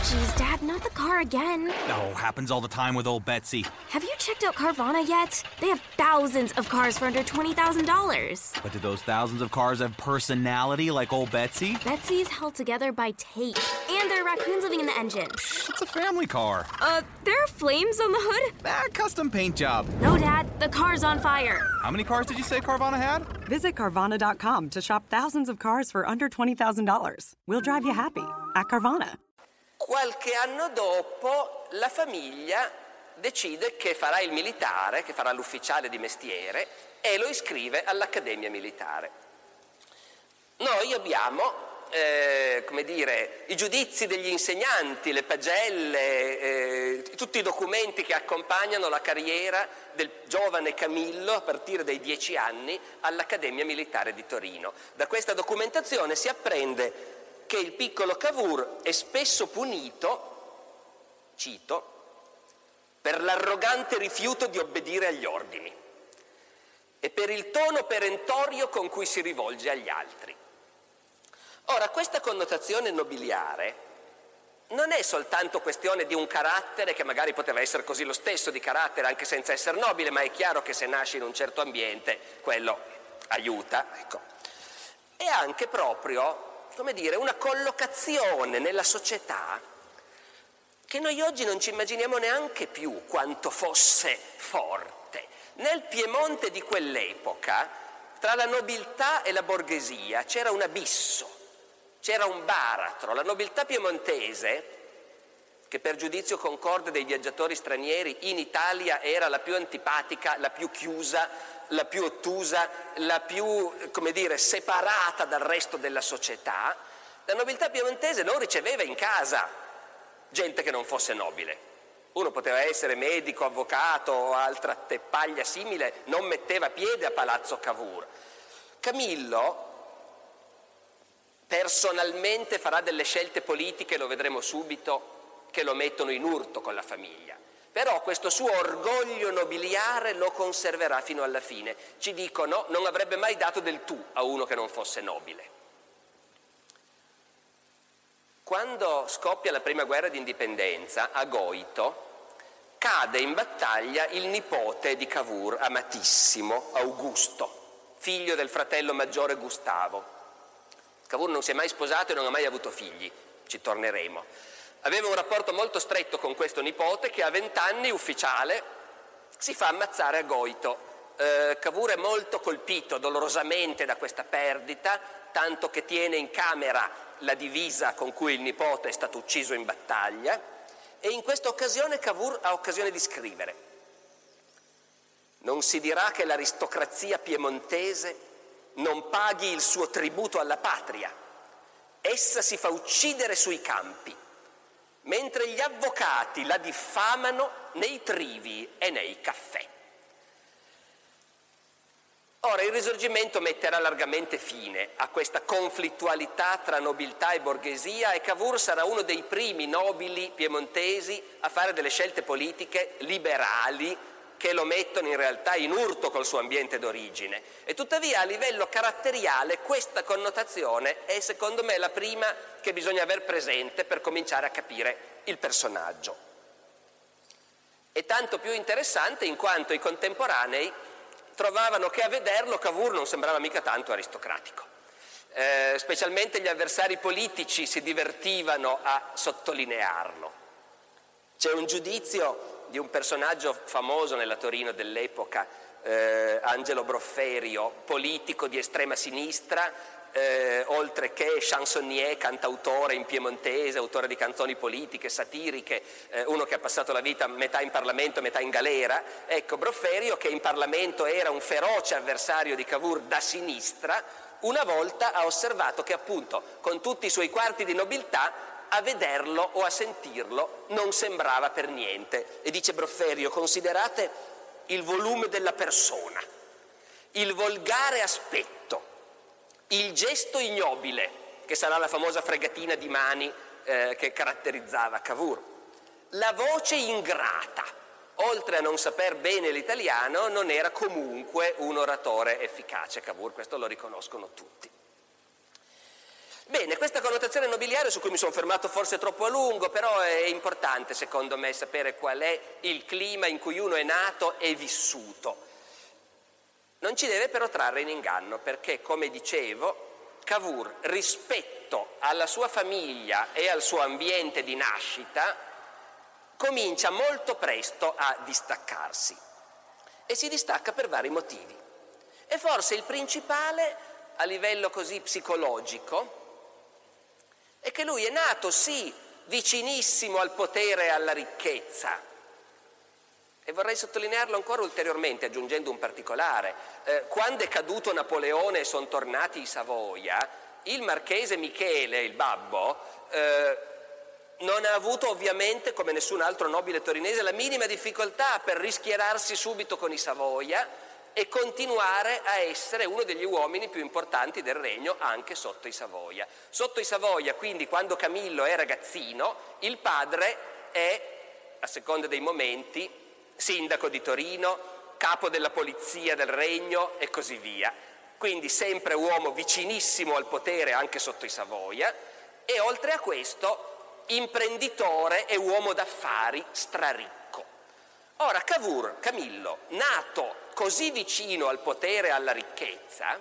Geez, Dad, not the car again. Oh, happens all the time with old Betsy. Have you checked out Carvana yet? They have thousands of cars for under $20,000. But do those thousands of cars have personality like old Betsy? Betsy's held together by tape. And there are raccoons living in the engine. It's a family car. There are flames on the hood? Custom paint job. No, Dad, the car's on fire. How many cars did you say Carvana had? Visit Carvana.com to shop thousands of cars for under $20,000. We'll drive you happy at Carvana. Qualche anno dopo la famiglia decide che farà il militare, che farà l'ufficiale di mestiere e lo iscrive all'Accademia Militare. Noi abbiamo i giudizi degli insegnanti, le pagelle, tutti i documenti che accompagnano la carriera del giovane Camillo a partire dai 10 anni all'Accademia Militare di Torino. Da questa documentazione si apprende che il piccolo Cavour è spesso punito, cito, per l'arrogante rifiuto di obbedire agli ordini e per il tono perentorio con cui si rivolge agli altri. Ora, questa connotazione nobiliare non è soltanto questione di un carattere che magari poteva essere così lo stesso di carattere anche senza essere nobile, ma è chiaro che se nasci in un certo ambiente quello aiuta, ecco. È anche proprio, una collocazione nella società che noi oggi non ci immaginiamo neanche più quanto fosse forte. Nel Piemonte di quell'epoca, tra la nobiltà e la borghesia c'era un abisso. C'era un baratro. La nobiltà piemontese, che per giudizio concorde dei viaggiatori stranieri in Italia era la più antipatica, la più chiusa, la più ottusa, la più, separata dal resto della società, la nobiltà piemontese non riceveva in casa gente che non fosse nobile. Uno poteva essere medico, avvocato o altra teppaglia simile, non metteva piede a Palazzo Cavour. Camillo personalmente farà delle scelte politiche, lo vedremo subito, che lo mettono in urto con la famiglia. Però questo suo orgoglio nobiliare lo conserverà fino alla fine. Ci dicono, non avrebbe mai dato del tu a uno che non fosse nobile. Quando scoppia la prima guerra d'indipendenza, a Goito, cade in battaglia il nipote di Cavour, amatissimo, Augusto, figlio del fratello maggiore Gustavo. Cavour non si è mai sposato e non ha mai avuto figli, ci torneremo. Aveva un rapporto molto stretto con questo nipote che a 20 anni, ufficiale, si fa ammazzare a Goito. Cavour è molto colpito dolorosamente da questa perdita, tanto che tiene in camera la divisa con cui il nipote è stato ucciso in battaglia e in questa occasione Cavour ha occasione di scrivere. Non si dirà che l'aristocrazia piemontese non paghi il suo tributo alla patria. Essa si fa uccidere sui campi, mentre gli avvocati la diffamano nei trivi e nei caffè. Ora, il Risorgimento metterà largamente fine a questa conflittualità tra nobiltà e borghesia e Cavour sarà uno dei primi nobili piemontesi a fare delle scelte politiche liberali che lo mettono in realtà in urto col suo ambiente d'origine. E tuttavia a livello caratteriale questa connotazione è secondo me la prima che bisogna aver presente per cominciare a capire il personaggio. È tanto più interessante in quanto i contemporanei trovavano che a vederlo Cavour non sembrava mica tanto aristocratico. Specialmente gli avversari politici si divertivano a sottolinearlo. C'è un giudizio di un personaggio famoso nella Torino dell'epoca, Angelo Brofferio, politico di estrema sinistra, oltre che chansonnier, cantautore in piemontese, autore di canzoni politiche, satiriche, uno che ha passato la vita metà in Parlamento e metà in galera. Ecco, Brofferio, che in Parlamento era un feroce avversario di Cavour da sinistra, una volta ha osservato che appunto con tutti i suoi quarti di nobiltà a vederlo o a sentirlo non sembrava per niente. E dice Brofferio: considerate il volume della persona, il volgare aspetto, il gesto ignobile, che sarà la famosa fregatina di mani che caratterizzava Cavour, la voce ingrata, oltre a non saper bene l'italiano, non era comunque un oratore efficace Cavour, questo lo riconoscono tutti. Bene, questa connotazione nobiliare su cui mi sono fermato forse troppo a lungo, però è importante secondo me sapere qual è il clima in cui uno è nato e vissuto. Non ci deve però trarre in inganno, perché come dicevo, Cavour rispetto alla sua famiglia e al suo ambiente di nascita comincia molto presto a distaccarsi e si distacca per vari motivi. E forse il principale a livello così psicologico è che lui è nato sì vicinissimo al potere e alla ricchezza, e vorrei sottolinearlo ancora ulteriormente aggiungendo un particolare. Quando è caduto Napoleone e sono tornati i Savoia, il marchese Michele, il babbo, non ha avuto ovviamente, come nessun altro nobile torinese, la minima difficoltà per rischierarsi subito con i Savoia e continuare a essere uno degli uomini più importanti del regno anche sotto i Savoia. Sotto i Savoia, quindi, quando Camillo è ragazzino, il padre è, a seconda dei momenti, sindaco di Torino, capo della polizia del regno e così via. Quindi sempre uomo vicinissimo al potere anche sotto i Savoia e oltre a questo imprenditore e uomo d'affari straricco. Ora Camillo, nato così vicino al potere e alla ricchezza,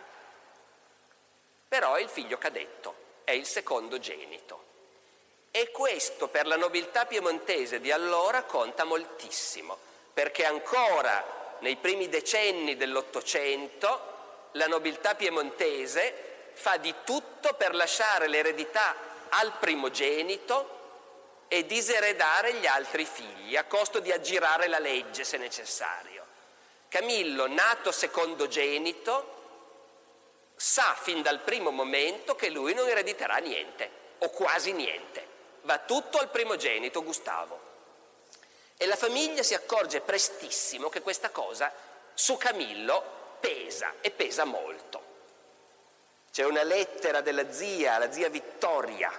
però è il figlio cadetto, è il secondogenito. E questo per la nobiltà piemontese di allora conta moltissimo, perché ancora nei primi decenni dell'Ottocento la nobiltà piemontese fa di tutto per lasciare l'eredità al primogenito e diseredare gli altri figli, a costo di aggirare la legge se necessario. Camillo, nato secondogenito, sa fin dal primo momento che lui non erediterà niente, o quasi niente. Va tutto al primogenito Gustavo. E la famiglia si accorge prestissimo che questa cosa su Camillo pesa, e pesa molto. C'è una lettera della zia, la zia Vittoria.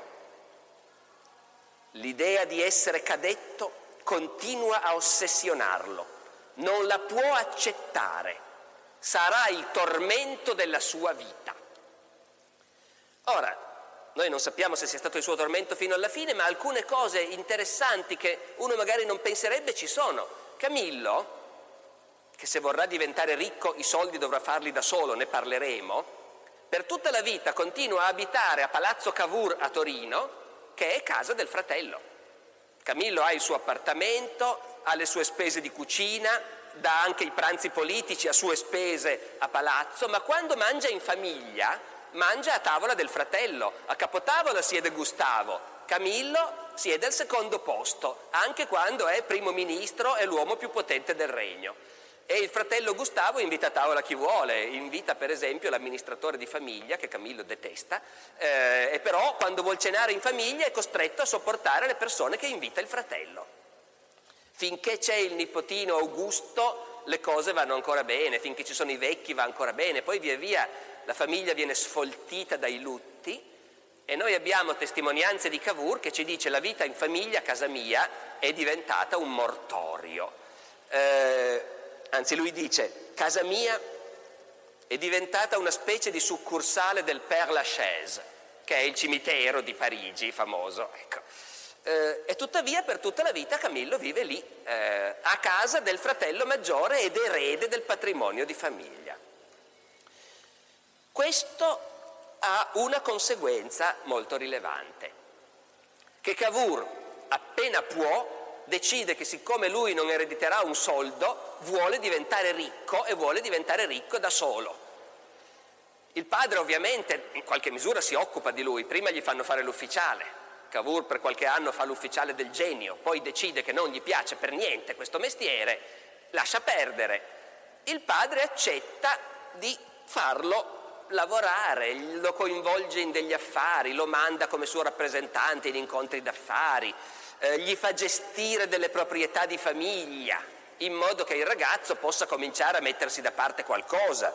L'idea di essere cadetto continua a ossessionarlo, non la può accettare, sarà il tormento della sua vita. Ora, noi non sappiamo se sia stato il suo tormento fino alla fine, ma alcune cose interessanti che uno magari non penserebbe ci sono. Camillo, che se vorrà diventare ricco i soldi dovrà farli da solo, ne parleremo, per tutta la vita continua a abitare a Palazzo Cavour a Torino, che è casa del fratello. Camillo ha il suo appartamento, ha le sue spese di cucina, dà anche i pranzi politici a sue spese a palazzo, ma quando mangia in famiglia, mangia a tavola del fratello. A capotavola siede Gustavo, Camillo siede al secondo posto, anche quando è primo ministro e l'uomo più potente del regno. E il fratello Gustavo invita a tavola chi vuole, invita per esempio l'amministratore di famiglia, che Camillo detesta, e però quando vuol cenare in famiglia è costretto a sopportare le persone che invita il fratello. Finché c'è il nipotino Augusto le cose vanno ancora bene, finché ci sono i vecchi va ancora bene, poi via via la famiglia viene sfoltita dai lutti e noi abbiamo testimonianze di Cavour che ci dice: la vita in famiglia a casa mia è diventata un mortorio. Anzi, lui dice: casa mia è diventata una specie di succursale del Père Lachaise, che è il cimitero di Parigi famoso, ecco. E tuttavia per tutta la vita Camillo vive lì, a casa del fratello maggiore ed erede del patrimonio di famiglia. Questo ha una conseguenza molto rilevante, che Cavour appena può decide che siccome lui non erediterà un soldo, vuole diventare ricco e vuole diventare ricco da solo. Il padre ovviamente in qualche misura si occupa di lui, prima gli fanno fare l'ufficiale. Cavour per qualche anno fa l'ufficiale del Genio, poi decide che non gli piace per niente questo mestiere, lascia perdere. Il padre accetta di farlo lavorare, lo coinvolge in degli affari, lo manda come suo rappresentante in incontri d'affari, gli fa gestire delle proprietà di famiglia, in modo che il ragazzo possa cominciare a mettersi da parte qualcosa.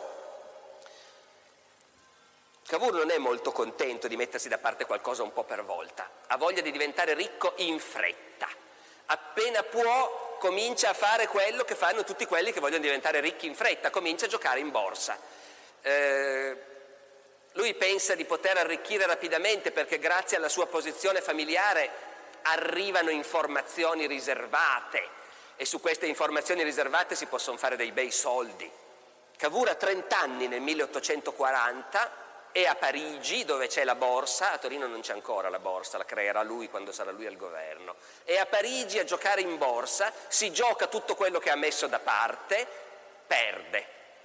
Cavour non è molto contento di mettersi da parte qualcosa un po' per volta, ha voglia di diventare ricco in fretta. Appena può comincia a fare quello che fanno tutti quelli che vogliono diventare ricchi in fretta, comincia a giocare in borsa. Lui pensa di poter arricchire rapidamente perché grazie alla sua posizione familiare arrivano informazioni riservate e su queste informazioni riservate si possono fare dei bei soldi. Cavour ha 30 anni nel 1840, è a Parigi dove c'è la borsa, a Torino non c'è ancora la borsa, la creerà lui quando sarà lui al governo. È a Parigi a giocare in borsa, si gioca tutto quello che ha messo da parte, perde.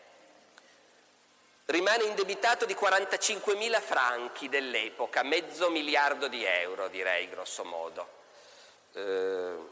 Rimane indebitato di 45.000 franchi dell'epoca, $500 milioni, direi grosso modo. No,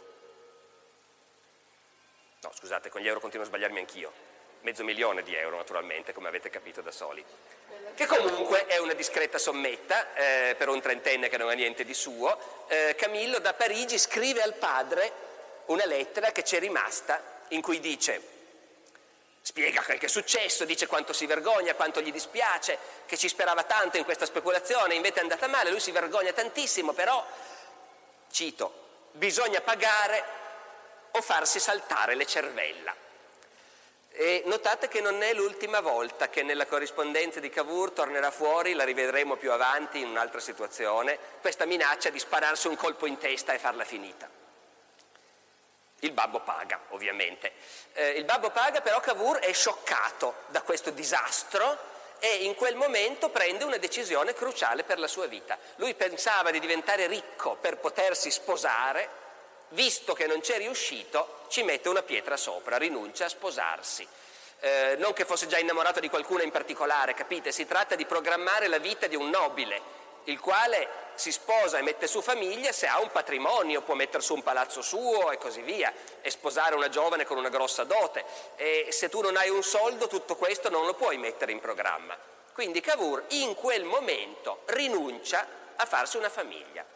scusate, con gli euro continuo a sbagliarmi anch'io. €500.000 naturalmente, come avete capito da soli. Che comunque è una discreta sommetta per un trentenne che non ha niente di suo. Camillo da Parigi scrive al padre una lettera che c'è rimasta in cui dice, spiega quel che è successo, dice quanto si vergogna, quanto gli dispiace, che ci sperava tanto in questa speculazione, invece è andata male, lui si vergogna tantissimo, però, cito, bisogna pagare o farsi saltare le cervella. E notate che non è l'ultima volta che nella corrispondenza di Cavour tornerà fuori, la rivedremo più avanti in un'altra situazione, questa minaccia di spararsi un colpo in testa e farla finita. Il babbo paga, ovviamente. Il babbo paga, però Cavour è scioccato da questo disastro e in quel momento prende una decisione cruciale per la sua vita. Lui pensava di diventare ricco per potersi sposare, visto che non c'è riuscito, ci mette una pietra sopra, rinuncia a sposarsi. Non che fosse già innamorato di qualcuno in particolare, capite? Si tratta di programmare la vita di un nobile, il quale si sposa e mette su famiglia se ha un patrimonio, può mettere su un palazzo suo e così via, e sposare una giovane con una grossa dote. E se tu non hai un soldo, tutto questo non lo puoi mettere in programma. Quindi Cavour in quel momento rinuncia a farsi una famiglia.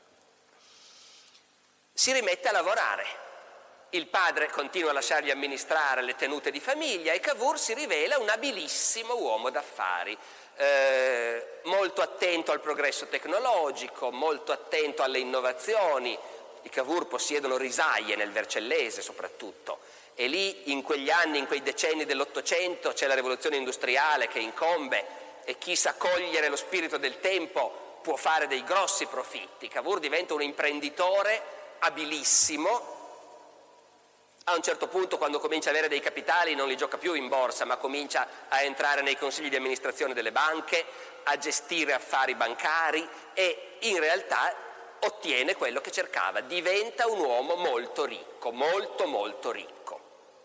Si rimette a lavorare. Il padre continua a lasciargli amministrare le tenute di famiglia e Cavour si rivela un abilissimo uomo d'affari, molto attento al progresso tecnologico, molto attento alle innovazioni. I Cavour possiedono risaie nel Vercellese soprattutto, e lì in quegli anni, in quei decenni dell'Ottocento c'è la rivoluzione industriale che incombe e chi sa cogliere lo spirito del tempo può fare dei grossi profitti. Cavour diventa un imprenditore abilissimo. A un certo punto, quando comincia ad avere dei capitali, non li gioca più in borsa, ma comincia a entrare nei consigli di amministrazione delle banche, a gestire affari bancari e in realtà ottiene quello che cercava, diventa un uomo molto ricco, molto molto ricco.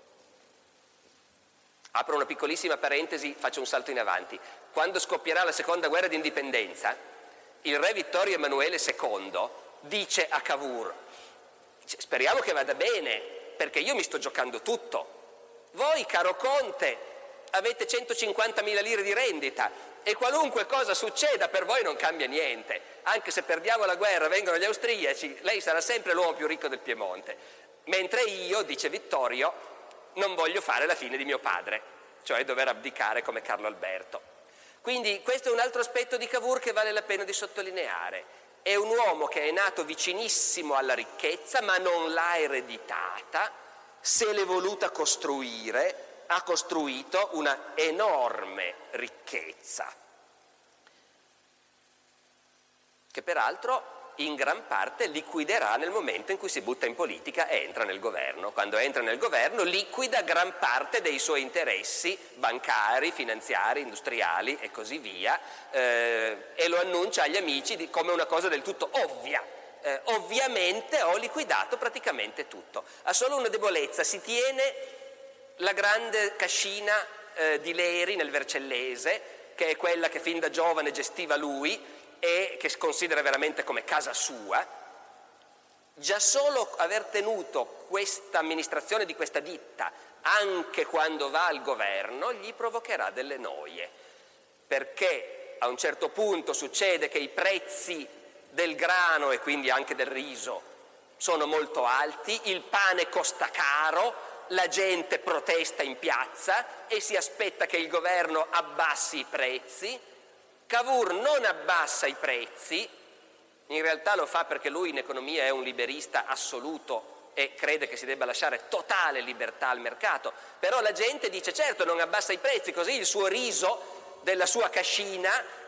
Apro una piccolissima parentesi, faccio un salto in avanti. Quando scoppierà la seconda guerra d'indipendenza, il re Vittorio Emanuele II dice a Cavour, speriamo che vada bene, perché io mi sto giocando tutto. Voi, caro conte, avete 150.000 lire di rendita e qualunque cosa succeda per voi non cambia niente. Anche se perdiamo la guerra, vengono gli austriaci, lei sarà sempre l'uomo più ricco del Piemonte. Mentre io, dice Vittorio, non voglio fare la fine di mio padre, cioè dover abdicare come Carlo Alberto. Quindi questo è un altro aspetto di Cavour che vale la pena di sottolineare. È un uomo che è nato vicinissimo alla ricchezza, ma non l'ha ereditata, se l'è voluta costruire, ha costruito una enorme ricchezza, che peraltro in gran parte liquiderà nel momento in cui si butta in politica e entra nel governo. Quando entra nel governo liquida gran parte dei suoi interessi bancari, finanziari, industriali e così via, e lo annuncia agli amici come una cosa del tutto ovvia. Ovviamente ho liquidato praticamente tutto. Ha solo una debolezza, si tiene la grande cascina di Leri nel Vercellese, che è quella che fin da giovane gestiva lui e che si considera veramente come casa sua. Già solo aver tenuto questa amministrazione di questa ditta anche quando va al governo gli provocherà delle noie, perché a un certo punto succede che i prezzi del grano e quindi anche del riso sono molto alti, il pane costa caro, la gente protesta in piazza e si aspetta che il governo abbassi i prezzi. Cavour non abbassa i prezzi, in realtà lo fa perché lui in economia è un liberista assoluto e crede che si debba lasciare totale libertà al mercato, però la gente dice certo non abbassa i prezzi, così il suo riso della sua cascina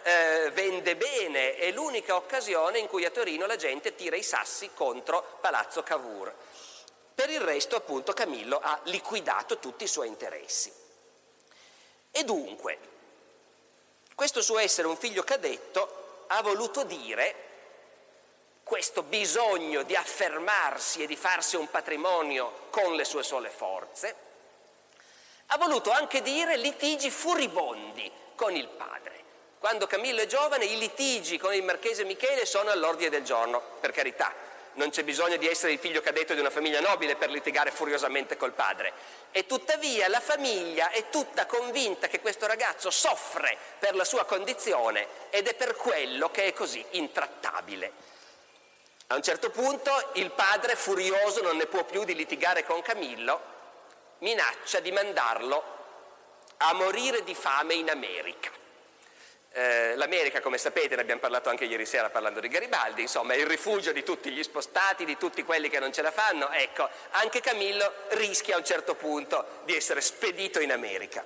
vende bene, è l'unica occasione in cui a Torino la gente tira i sassi contro Palazzo Cavour. Per il resto, appunto, Camillo ha liquidato tutti i suoi interessi. E dunque, questo suo essere un figlio cadetto ha voluto dire questo bisogno di affermarsi e di farsi un patrimonio con le sue sole forze, ha voluto anche dire litigi furibondi con il padre. Quando Camillo è giovane, i litigi con il marchese Michele sono all'ordine del giorno, per carità. Non c'è bisogno di essere il figlio cadetto di una famiglia nobile per litigare furiosamente col padre. E tuttavia la famiglia è tutta convinta che questo ragazzo soffre per la sua condizione ed è per quello che è così intrattabile. A un certo punto il padre, furioso, non ne può più di litigare con Camillo, minaccia di mandarlo a morire di fame in America. L'America, come sapete, ne abbiamo parlato anche ieri sera parlando di Garibaldi, insomma è il rifugio di tutti gli spostati, di tutti quelli che non ce la fanno. Ecco, anche Camillo rischia a un certo punto di essere spedito in America.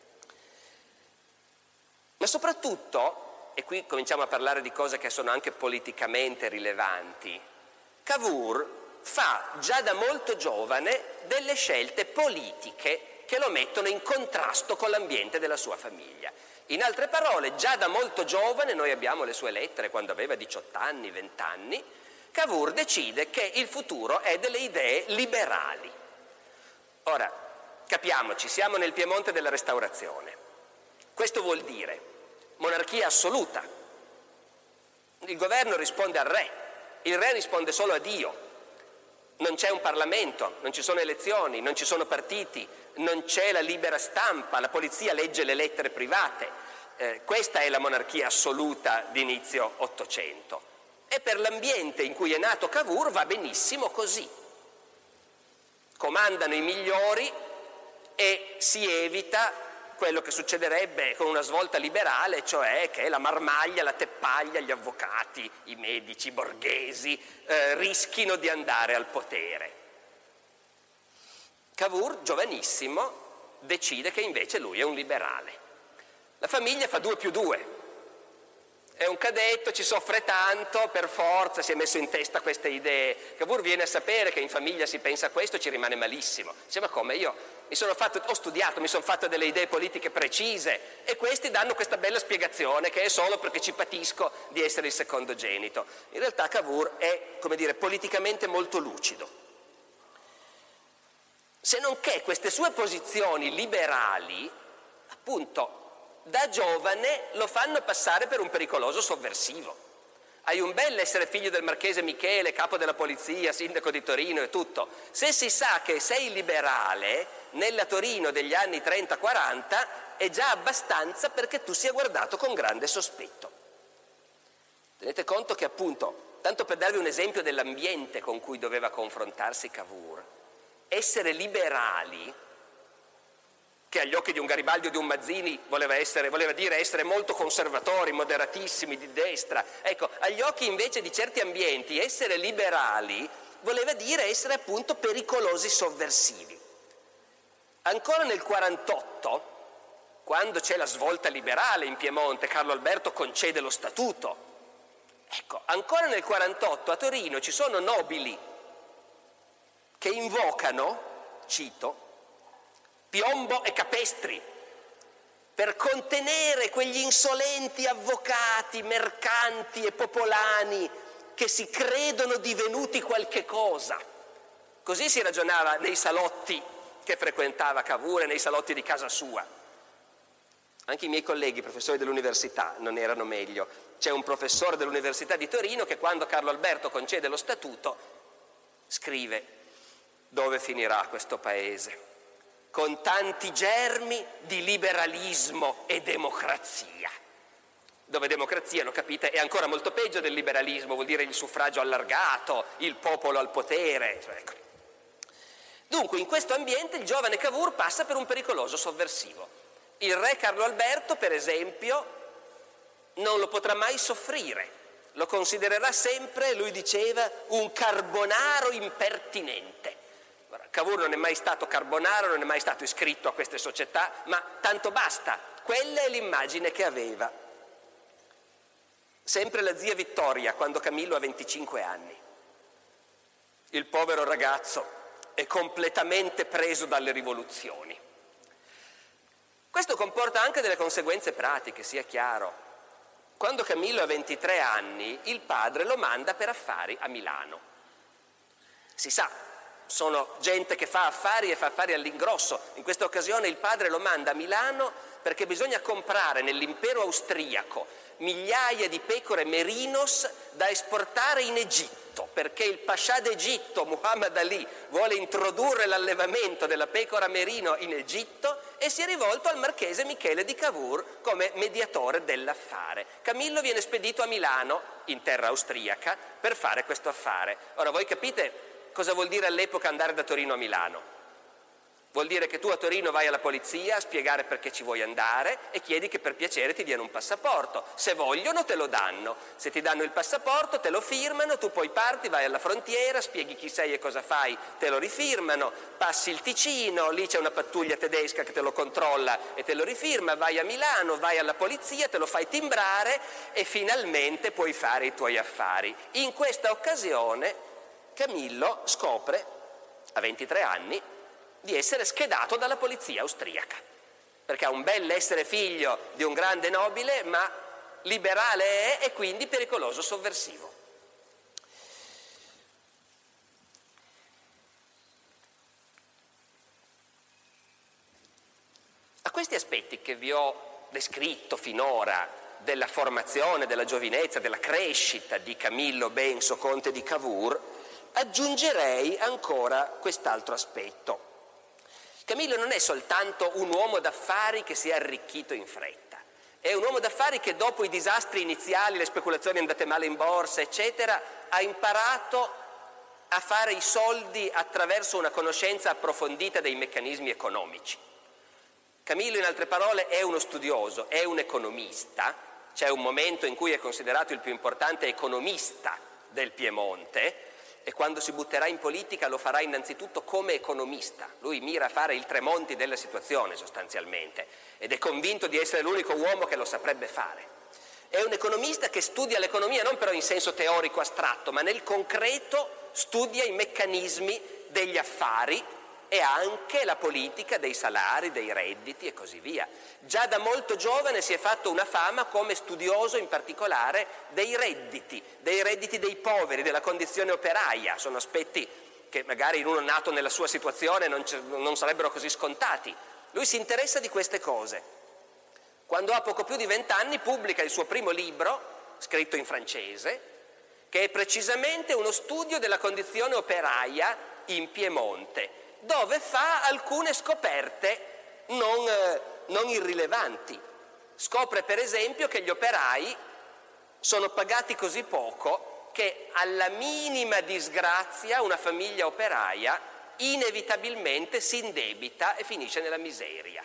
Ma soprattutto, e qui cominciamo a parlare di cose che sono anche politicamente rilevanti, Cavour fa già da molto giovane delle scelte politiche che lo mettono in contrasto con l'ambiente della sua famiglia. In altre parole, già da molto giovane, noi abbiamo le sue lettere quando aveva 18 anni, 20 anni, Cavour decide che il futuro è delle idee liberali. Ora, capiamoci, siamo nel Piemonte della Restaurazione. Questo vuol dire monarchia assoluta. Il governo risponde al re, il re risponde solo a Dio. Non c'è un Parlamento, non ci sono elezioni, non ci sono partiti, non c'è la libera stampa, la polizia legge le lettere private. Questa è la monarchia assoluta di inizio Ottocento. E per l'ambiente in cui è nato Cavour va benissimo così. Comandano i migliori e si evita quello che succederebbe con una svolta liberale, cioè che la marmaglia, la teppaglia, gli avvocati, i medici, i borghesi rischino di andare al potere. Cavour, giovanissimo, decide che invece lui è un liberale. La famiglia fa 2 più 2. È un cadetto, ci soffre tanto, per forza si è messo in testa queste idee. Cavour viene a sapere che in famiglia si pensa a questo e ci rimane malissimo. Dice, ma come, io ho studiato, mi sono fatto delle idee politiche precise e questi danno questa bella spiegazione che è solo perché ci patisco di essere il secondogenito. In realtà Cavour è, come dire, politicamente molto lucido. Se non che queste sue posizioni liberali, appunto, da giovane lo fanno passare per un pericoloso sovversivo. Hai un bel essere figlio del marchese Michele, capo della polizia, sindaco di Torino e tutto. Se si sa che sei liberale, nella Torino degli anni 30-40 è già abbastanza perché tu sia guardato con grande sospetto. Tenete conto che appunto, tanto per darvi un esempio dell'ambiente con cui doveva confrontarsi Cavour, essere liberali, che agli occhi di un Garibaldi o di un Mazzini voleva dire essere molto conservatori, moderatissimi, di destra. Ecco, agli occhi invece di certi ambienti essere liberali voleva dire essere appunto pericolosi sovversivi. Ancora nel 48, quando c'è la svolta liberale in Piemonte, Carlo Alberto concede lo statuto. Ecco, ancora nel 48 a Torino ci sono nobili che invocano, cito, Piombo e Capestri per contenere quegli insolenti avvocati, mercanti e popolani che si credono divenuti qualche cosa. Così si ragionava nei salotti che frequentava Cavour e nei salotti di casa sua. Anche i miei colleghi, professori dell'università, non erano meglio. C'è un professore dell'Università di Torino che quando Carlo Alberto concede lo statuto scrive: dove finirà questo paese? Con tanti germi di liberalismo e democrazia. Dove democrazia, lo capite, è ancora molto peggio del liberalismo, vuol dire il suffragio allargato, il popolo al potere. Ecco. Dunque, in questo ambiente il giovane Cavour passa per un pericoloso sovversivo. Il re Carlo Alberto, per esempio, non lo potrà mai soffrire, lo considererà sempre, lui diceva, un carbonaro impertinente. Cavour non è mai stato carbonaro, non è mai stato iscritto a queste società, ma tanto basta, quella è l'immagine che aveva. Sempre la zia Vittoria, quando Camillo ha 25 anni. Il povero ragazzo è completamente preso dalle rivoluzioni. Questo comporta anche delle conseguenze pratiche, sia chiaro. Quando Camillo ha 23 anni, il padre lo manda per affari a Milano. Si sa, sono gente che fa affari e fa affari all'ingrosso. In questa occasione il padre lo manda a Milano perché bisogna comprare nell'impero austriaco migliaia di pecore merinos da esportare in Egitto, perché il pascià d'Egitto, Muhammad Ali, vuole introdurre l'allevamento della pecora merino in Egitto e si è rivolto al marchese Michele di Cavour come mediatore dell'affare. Camillo viene spedito a Milano, in terra austriaca, per fare questo affare. Ora voi capite cosa vuol dire all'epoca andare da Torino a Milano? Vuol dire che tu a Torino vai alla polizia a spiegare perché ci vuoi andare e chiedi che per piacere ti diano un passaporto. Se vogliono te lo danno. Se ti danno il passaporto te lo firmano, tu poi parti, vai alla frontiera, spieghi chi sei e cosa fai, te lo rifirmano, passi il Ticino, lì c'è una pattuglia tedesca che te lo controlla e te lo rifirma, vai a Milano, vai alla polizia, te lo fai timbrare e finalmente puoi fare i tuoi affari. In questa occasione Camillo scopre, a 23 anni, di essere schedato dalla polizia austriaca, perché ha un bell'essere figlio di un grande nobile, ma liberale è e quindi pericoloso sovversivo. A questi aspetti che vi ho descritto finora della formazione, della giovinezza, della crescita di Camillo Benso, conte di Cavour, aggiungerei ancora quest'altro aspetto. Camillo non è soltanto un uomo d'affari che si è arricchito in fretta, è un uomo d'affari che dopo i disastri iniziali, le speculazioni andate male in borsa, eccetera, ha imparato a fare i soldi attraverso una conoscenza approfondita dei meccanismi economici. Camillo, in altre parole, è uno studioso, è un economista. C'è un momento in cui è considerato il più importante economista del Piemonte, e quando si butterà in politica lo farà innanzitutto come economista. Lui mira a fare il Tremonti della situazione sostanzialmente ed è convinto di essere l'unico uomo che lo saprebbe fare. È un economista che studia l'economia non però in senso teorico astratto, ma nel concreto studia i meccanismi degli affari e anche la politica dei salari, dei redditi e così via. Già da molto giovane si è fatto una fama come studioso in particolare dei redditi dei poveri, della condizione operaia. Sono aspetti che magari in uno nato nella sua situazione non sarebbero così scontati. Lui si interessa di queste cose. Quando ha poco più di 20 anni pubblica il suo primo libro, scritto in francese, che è precisamente uno studio della condizione operaia in Piemonte, dove fa alcune scoperte non irrilevanti. Scopre per esempio che gli operai sono pagati così poco che alla minima disgrazia una famiglia operaia inevitabilmente si indebita e finisce nella miseria.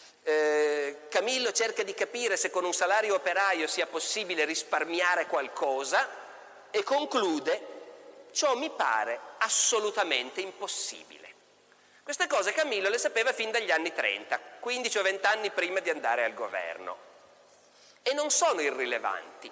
Camillo cerca di capire se con un salario operaio sia possibile risparmiare qualcosa e conclude: ciò mi pare assolutamente impossibile. Queste cose Camillo le sapeva fin dagli anni 30, 15 o 20 anni prima di andare al governo. E non sono irrilevanti.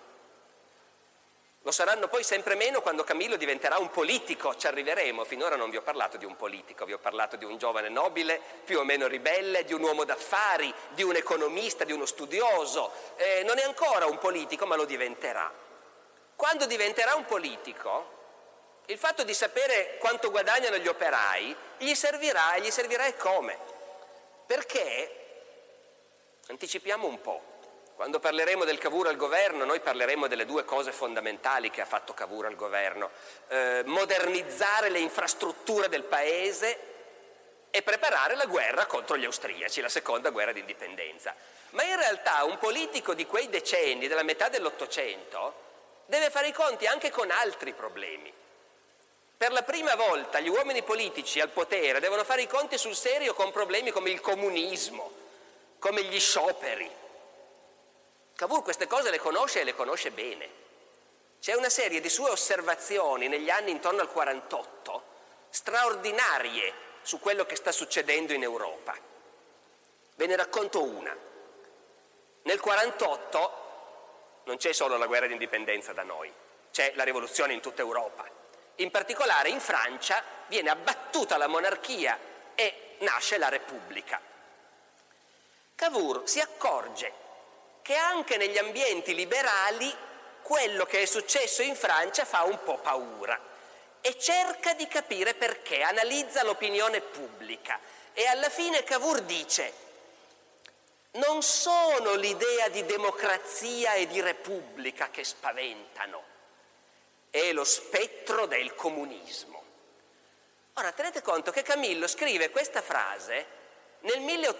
Lo saranno poi sempre meno quando Camillo diventerà un politico, ci arriveremo. Finora non vi ho parlato di un politico, vi ho parlato di un giovane nobile, più o meno ribelle, di un uomo d'affari, di un economista, di uno studioso. Non è ancora un politico, ma lo diventerà. Quando diventerà un politico, il fatto di sapere quanto guadagnano gli operai gli servirà e come? Perché, anticipiamo un po', quando parleremo del Cavour al governo noi parleremo delle due cose fondamentali che ha fatto Cavour al governo: modernizzare le infrastrutture del paese e preparare la guerra contro gli austriaci, la seconda guerra d'indipendenza. Ma in realtà un politico di quei decenni, della metà dell'Ottocento, deve fare i conti anche con altri problemi. Per la prima volta gli uomini politici al potere devono fare i conti sul serio con problemi come il comunismo, come gli scioperi. Cavour queste cose le conosce e le conosce bene. C'è una serie di sue osservazioni negli anni intorno al 48 straordinarie su quello che sta succedendo in Europa. Ve ne racconto una. Nel 48 non c'è solo la guerra di indipendenza da noi, c'è la rivoluzione in tutta Europa. In particolare in Francia viene abbattuta la monarchia e nasce la Repubblica. Cavour si accorge che anche negli ambienti liberali quello che è successo in Francia fa un po' paura e cerca di capire perché, analizza l'opinione pubblica e alla fine Cavour dice: non sono l'idea di democrazia e di repubblica che spaventano, è lo spettro del comunismo. Ora tenete conto che Camillo scrive questa frase nel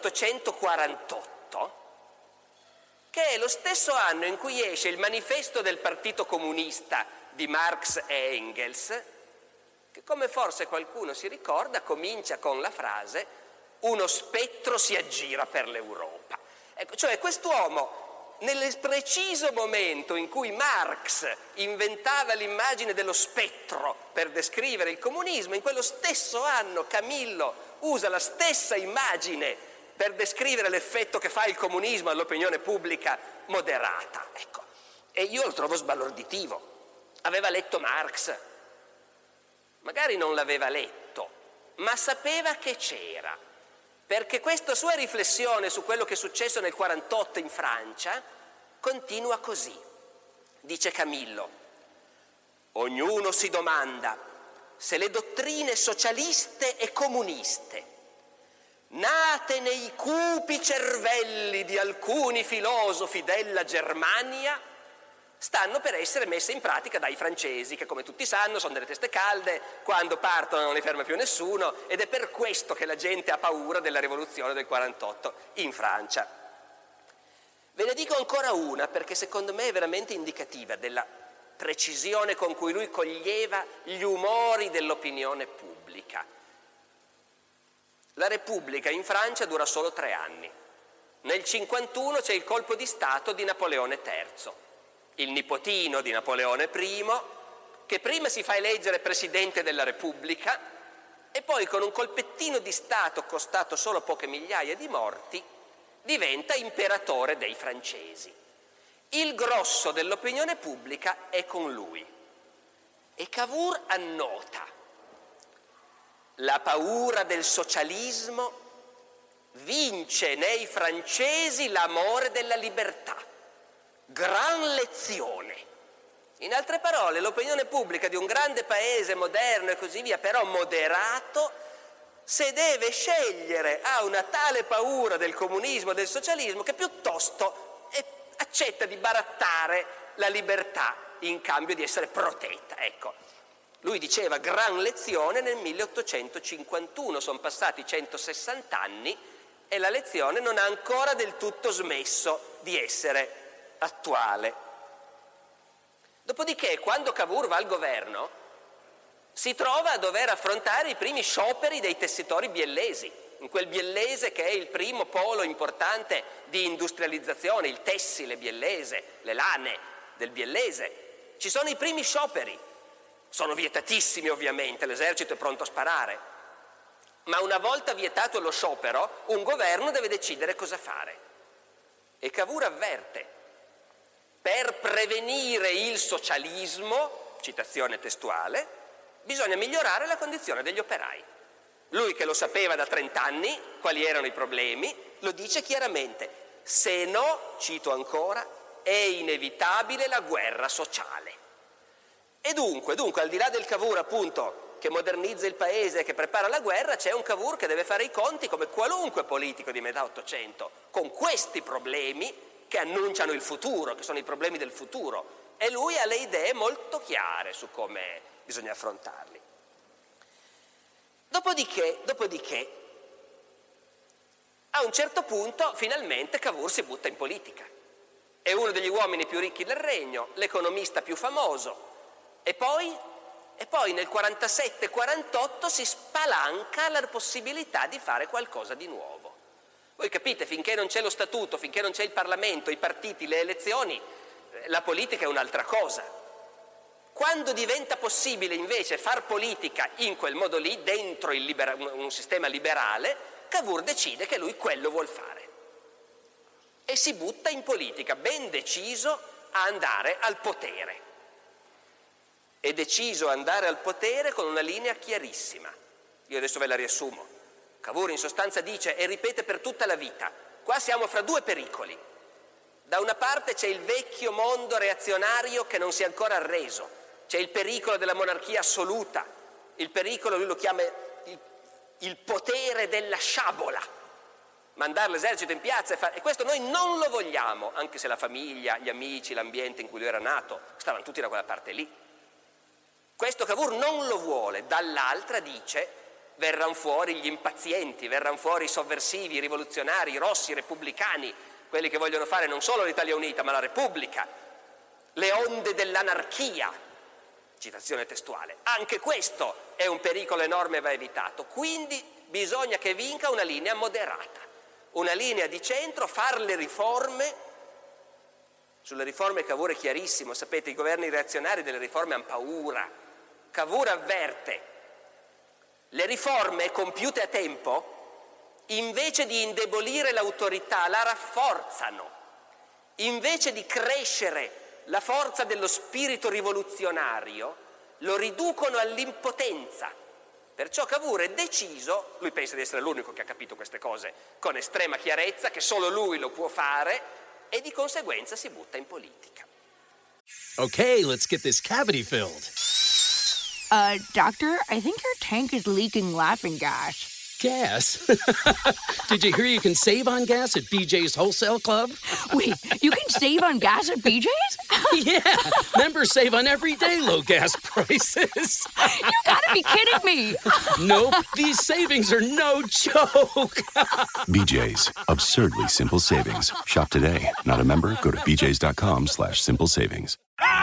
1848, che è lo stesso anno in cui esce il manifesto del Partito Comunista di Marx e Engels, che, come forse qualcuno si ricorda, comincia con la frase: uno spettro si aggira per l'Europa. Ecco, cioè quest'uomo, nel preciso momento in cui Marx inventava l'immagine dello spettro per descrivere il comunismo, in quello stesso anno Camillo usa la stessa immagine per descrivere l'effetto che fa il comunismo all'opinione pubblica moderata. Ecco. E io lo trovo sbalorditivo. Aveva letto Marx, magari non l'aveva letto, ma sapeva che c'era, perché questa sua riflessione su quello che è successo nel 48 in Francia continua così. Dice Camillo: ognuno si domanda se le dottrine socialiste e comuniste, nate nei cupi cervelli di alcuni filosofi della Germania, stanno per essere messe in pratica dai francesi, che come tutti sanno sono delle teste calde, quando partono non li ferma più nessuno, ed è per questo che la gente ha paura della rivoluzione del 48 in Francia. Ve ne dico ancora una perché secondo me è veramente indicativa della precisione con cui lui coglieva gli umori dell'opinione pubblica. La Repubblica in Francia dura solo 3 anni. Nel 51 c'è il colpo di Stato di Napoleone III, il nipotino di Napoleone I, che prima si fa eleggere presidente della Repubblica e poi con un colpettino di Stato costato solo poche migliaia di morti diventa imperatore dei francesi. Il grosso dell'opinione pubblica è con lui e Cavour annota: la paura del socialismo vince nei francesi l'amore della libertà. Gran lezione. In altre parole, l'opinione pubblica di un grande paese moderno e così via, però moderato, se deve scegliere, ha una tale paura del comunismo e del socialismo che piuttosto accetta di barattare la libertà in cambio di essere protetta. Ecco, lui diceva gran lezione nel 1851, sono passati 160 anni e la lezione non ha ancora del tutto smesso di essere attuale. Dopodiché, quando Cavour va al governo, si trova a dover affrontare i primi scioperi dei tessitori biellesi, in quel Biellese che è il primo polo importante di industrializzazione, il tessile biellese, le lane del Biellese. Ci sono i primi scioperi, sono vietatissimi ovviamente, l'esercito è pronto a sparare, ma una volta vietato lo sciopero, un governo deve decidere cosa fare. E Cavour avverte: per prevenire il socialismo, citazione testuale, bisogna migliorare la condizione degli operai. Lui che lo sapeva da 30 anni, quali erano i problemi, lo dice chiaramente: se no, cito ancora, è inevitabile la guerra sociale. E dunque, al di là del Cavour appunto che modernizza il paese e che prepara la guerra, c'è un Cavour che deve fare i conti, come qualunque politico di metà Ottocento, con questi problemi che annunciano il futuro, che sono i problemi del futuro, e lui ha le idee molto chiare su come bisogna affrontarli. Dopodiché, a un certo punto, finalmente Cavour si butta in politica. È uno degli uomini più ricchi del regno, l'economista più famoso, e poi nel 47-48 si spalanca la possibilità di fare qualcosa di nuovo. Voi capite, finché non c'è lo statuto, finché non c'è il Parlamento, i partiti, le elezioni, la politica è un'altra cosa. Quando diventa possibile invece far politica in quel modo lì, dentro un sistema liberale, Cavour decide che lui quello vuol fare. E si butta in politica, ben deciso a andare al potere. È deciso ad andare al potere con una linea chiarissima. Io adesso ve la riassumo. Cavour in sostanza dice e ripete per tutta la vita: qua siamo fra due pericoli. Da una parte c'è il vecchio mondo reazionario che non si è ancora arreso, c'è il pericolo della monarchia assoluta, il pericolo, lui lo chiama il potere della sciabola, mandare l'esercito in piazza e questo noi non lo vogliamo, anche se la famiglia, gli amici, l'ambiente in cui lui era nato stavano tutti da quella parte lì. Questo Cavour non lo vuole. Dall'altra dice: verranno fuori gli impazienti, verranno fuori i sovversivi, i rivoluzionari, i rossi, i repubblicani, quelli che vogliono fare non solo l'Italia unita ma la Repubblica, le onde dell'anarchia, citazione testuale. Anche questo è un pericolo enorme e va evitato. Quindi bisogna che vinca una linea moderata, una linea di centro, fare le riforme. Sulle riforme Cavour è chiarissimo, sapete, i governi reazionari delle riforme hanno paura. Cavour avverte: le riforme compiute a tempo, invece di indebolire l'autorità, la rafforzano. Invece di crescere la forza dello spirito rivoluzionario, lo riducono all'impotenza. Perciò Cavour è deciso, lui pensa di essere l'unico che ha capito queste cose con estrema chiarezza, che solo lui lo può fare, e di conseguenza si butta in politica. Okay, let's get this cavity filled. Doctor, I think your tank is leaking laughing gas. Gas? Did you hear you can save on gas at BJ's Wholesale Club? Wait, you can save on gas at BJ's? Yeah, members save on everyday low gas prices. You gotta be kidding me. Nope, these savings are no joke. BJ's, absurdly simple savings. Shop today. Not a member? Go to bjs.com/simple savings.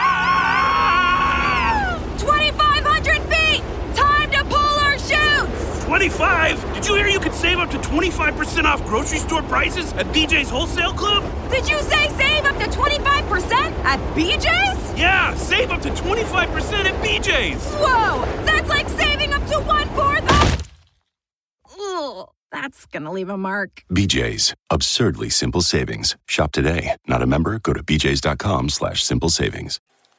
2,500 feet! Time to pull our chutes! 25? Did you hear you could save up to 25% off grocery store prices at BJ's Wholesale Club? Did you say save up to 25% at BJ's? Yeah, save up to 25% at BJ's. Whoa! That's like saving up to 1/4 of... Ugh, that's gonna leave a mark. BJ's, absurdly simple savings. Shop today. Not a member? Go to bjs.com/simple savings.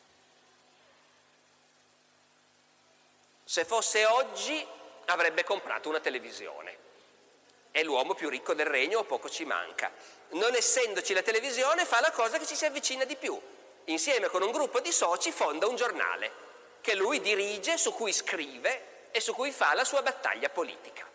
Se fosse oggi avrebbe comprato una televisione. È l'uomo più ricco del regno, o poco ci manca. Non essendoci la televisione, fa la cosa che ci si avvicina di più. Insieme con un gruppo di soci fonda un giornale che lui dirige, su cui scrive e su cui fa la sua battaglia politica.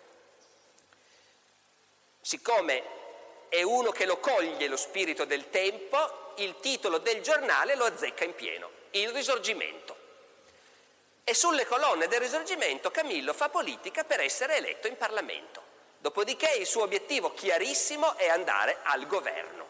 Siccome è uno che lo coglie lo spirito del tempo, il titolo del giornale lo azzecca in pieno: Il Risorgimento. E sulle colonne del Risorgimento Camillo fa politica per essere eletto in Parlamento. Dopodiché il suo obiettivo chiarissimo è andare al governo.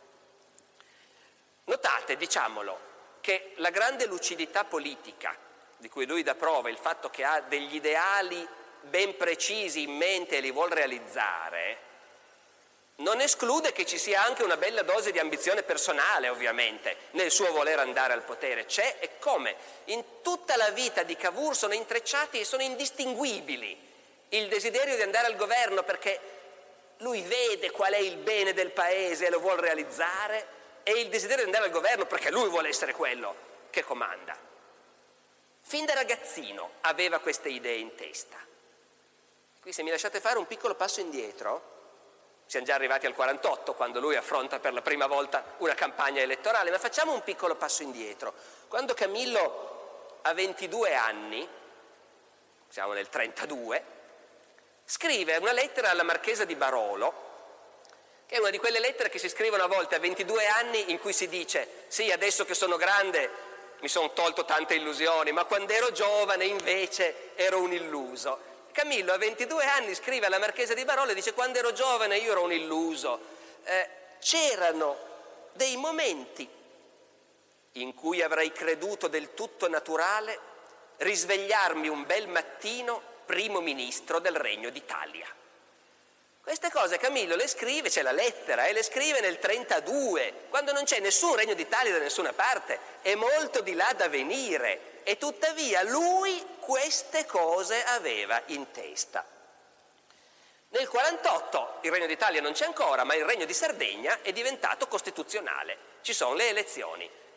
Notate, diciamolo, che la grande lucidità politica di cui lui dà prova, il fatto che ha degli ideali ben precisi in mente e li vuol realizzare, non esclude che ci sia anche una bella dose di ambizione personale, ovviamente, nel suo voler andare al potere. C'è, e come? In tutta la vita di Cavour sono intrecciati e sono indistinguibili il desiderio di andare al governo, perché lui vede qual è il bene del paese e lo vuol realizzare, e il desiderio di andare al governo perché lui vuole essere quello che comanda. Fin da ragazzino aveva queste idee in testa. Qui, se mi lasciate fare un piccolo passo indietro, siamo già arrivati al 48, quando lui affronta per la prima volta una campagna elettorale, ma facciamo un piccolo passo indietro. Quando Camillo ha 22 anni, siamo nel 32, scrive una lettera alla marchesa di Barolo, che è una di quelle lettere che si scrivono a volte a 22 anni, in cui si dice: sì, adesso che sono grande mi sono tolto tante illusioni, ma quando ero giovane invece ero un illuso. Camillo a 22 anni scrive alla marchesa di Barolo e dice: quando ero giovane io ero un illuso. C'erano dei momenti in cui avrei creduto del tutto naturale risvegliarmi un bel mattino primo ministro del Regno d'Italia. Queste cose Camillo le scrive, c'è la lettera, e le scrive nel 32, quando non c'è nessun Regno d'Italia da nessuna parte, è molto di là da venire, e tuttavia lui queste cose aveva in testa. Nel 48 il Regno d'Italia non c'è ancora, ma il Regno di Sardegna è diventato costituzionale, ci sono le elezioni.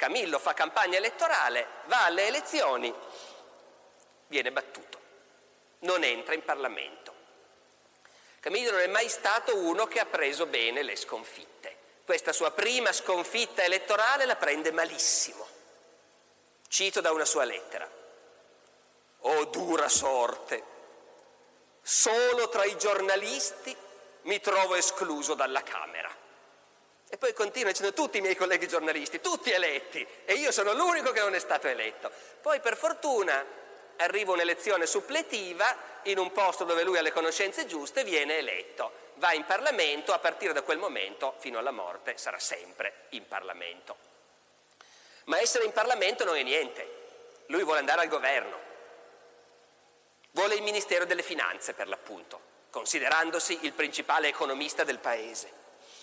Camillo fa campagna elettorale, va alle elezioni, viene battuto, non entra in Parlamento. Camillo non è mai stato uno che ha preso bene le sconfitte. Questa sua prima sconfitta elettorale la prende malissimo. Cito da una sua lettera: «Oh dura sorte, solo tra i giornalisti mi trovo escluso dalla Camera». E poi continua dicendo: tutti i miei colleghi giornalisti, tutti eletti, e io sono l'unico che non è stato eletto. Poi per fortuna arriva un'elezione suppletiva in un posto dove lui ha le conoscenze giuste, viene eletto, va in Parlamento, a partire da quel momento fino alla morte sarà sempre in Parlamento. Ma essere in Parlamento non è niente, lui vuole andare al governo, vuole il Ministero delle Finanze per l'appunto, considerandosi il principale economista del paese.